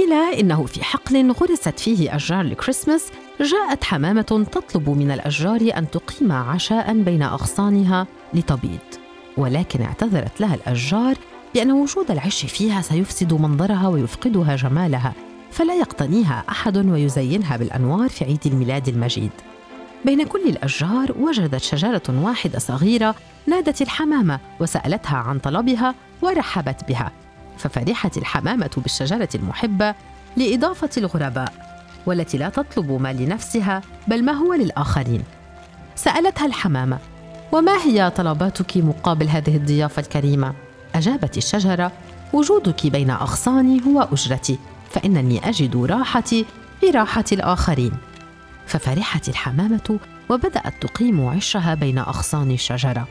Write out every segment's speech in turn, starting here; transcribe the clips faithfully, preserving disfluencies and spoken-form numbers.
قيل إنه في حقل غرست فيه أشجار الكريسماس جاءت حمامة تطلب من الأشجار أن تقيم عشاء بين أغصانها لتبيض، ولكن اعتذرت لها الأشجار بأن وجود العش فيها سيفسد منظرها ويفقدها جمالها، فلا يقتنيها أحد ويزينها بالأنوار في عيد الميلاد المجيد. بين كل الأشجار وجدت شجرة واحدة صغيرة نادت الحمامة وسألتها عن طلبها ورحبت بها، ففرحت الحمامة بالشجرة المحبة لإضافة الغرباء والتي لا تطلب ما لنفسها بل ما هو للآخرين. سألتها الحمامة: وما هي طلباتك مقابل هذه الضيافة الكريمة؟ أجابت الشجرة: وجودك بين أغصاني هو أجرتي، فإنني أجد راحتي في راحة الآخرين. ففرحت الحمامة وبدأت تقيم عشها بين أغصان الشجرة.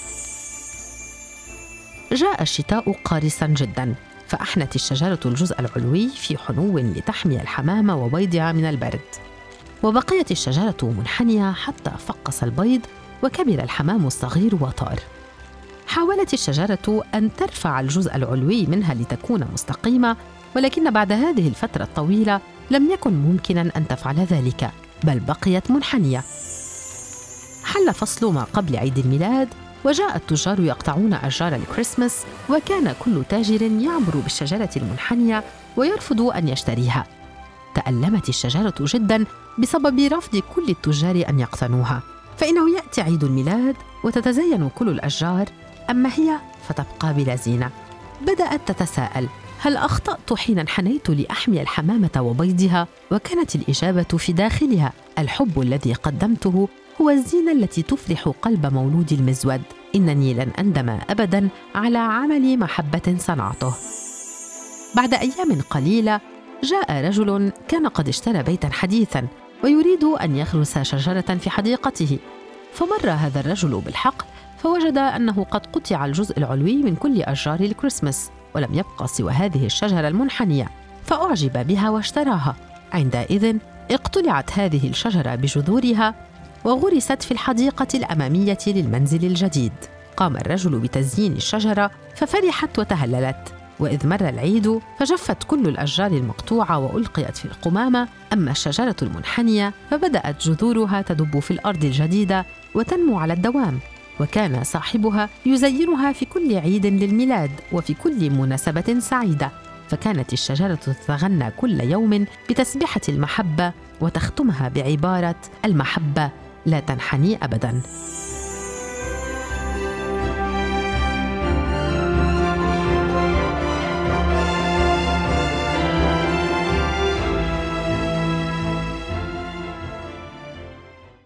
جاء الشتاء قارساً جداً، فأحنت الشجرة الجزء العلوي في حنو لتحمي الحمامة وبيضها من البرد، وبقيت الشجرة منحنية حتى فقس البيض وكبر الحمام الصغير وطار. حاولت الشجرة أن ترفع الجزء العلوي منها لتكون مستقيمة، ولكن بعد هذه الفترة الطويلة لم يكن ممكناً أن تفعل ذلك، بل بقيت منحنية. حل فصل ما قبل عيد الميلاد، وجاء التجار يقطعون أشجار الكريسماس، وكان كل تاجر يعبر بالشجرة المنحنية ويرفض أن يشتريها. تألمت الشجرة جداً بسبب رفض كل التجار أن يقتنوها، فإنه يأتي عيد الميلاد وتتزين كل الأشجار، أما هي فتبقى بلا زينة. بدأت تتساءل: هل أخطأت حين انحنيت لأحمي الحمامة وبيضها؟ وكانت الإجابة في داخلها: الحب الذي قدمته هو الزينة التي تفرح قلب مولود المزود. إنني لن أندم أبداً على عمل محبة صنعته. بعد أيام قليلة جاء رجل كان قد اشترى بيتاً حديثاً ويريد أن يغرس شجرة في حديقته، فمر هذا الرجل بالحقل فوجد أنه قد قطع الجزء العلوي من كل أشجار الكريسماس ولم يبقى سوى هذه الشجرة المنحنية، فأعجب بها واشتراها. عندئذ اقتلعت هذه الشجرة بجذورها وغرست في الحديقة الأمامية للمنزل الجديد. قام الرجل بتزيين الشجرة ففرحت وتهللت، وإذ مر العيد فجفت كل الأشجار المقطوعة وألقيت في القمامة، أما الشجرة المنحنية فبدأت جذورها تدب في الأرض الجديدة وتنمو على الدوام، وكان صاحبها يزينها في كل عيد للميلاد وفي كل مناسبة سعيدة، فكانت الشجرة تتغنى كل يوم بتسبيحة المحبة وتختمها بعبارة: المحبة لا تنحني أبداً.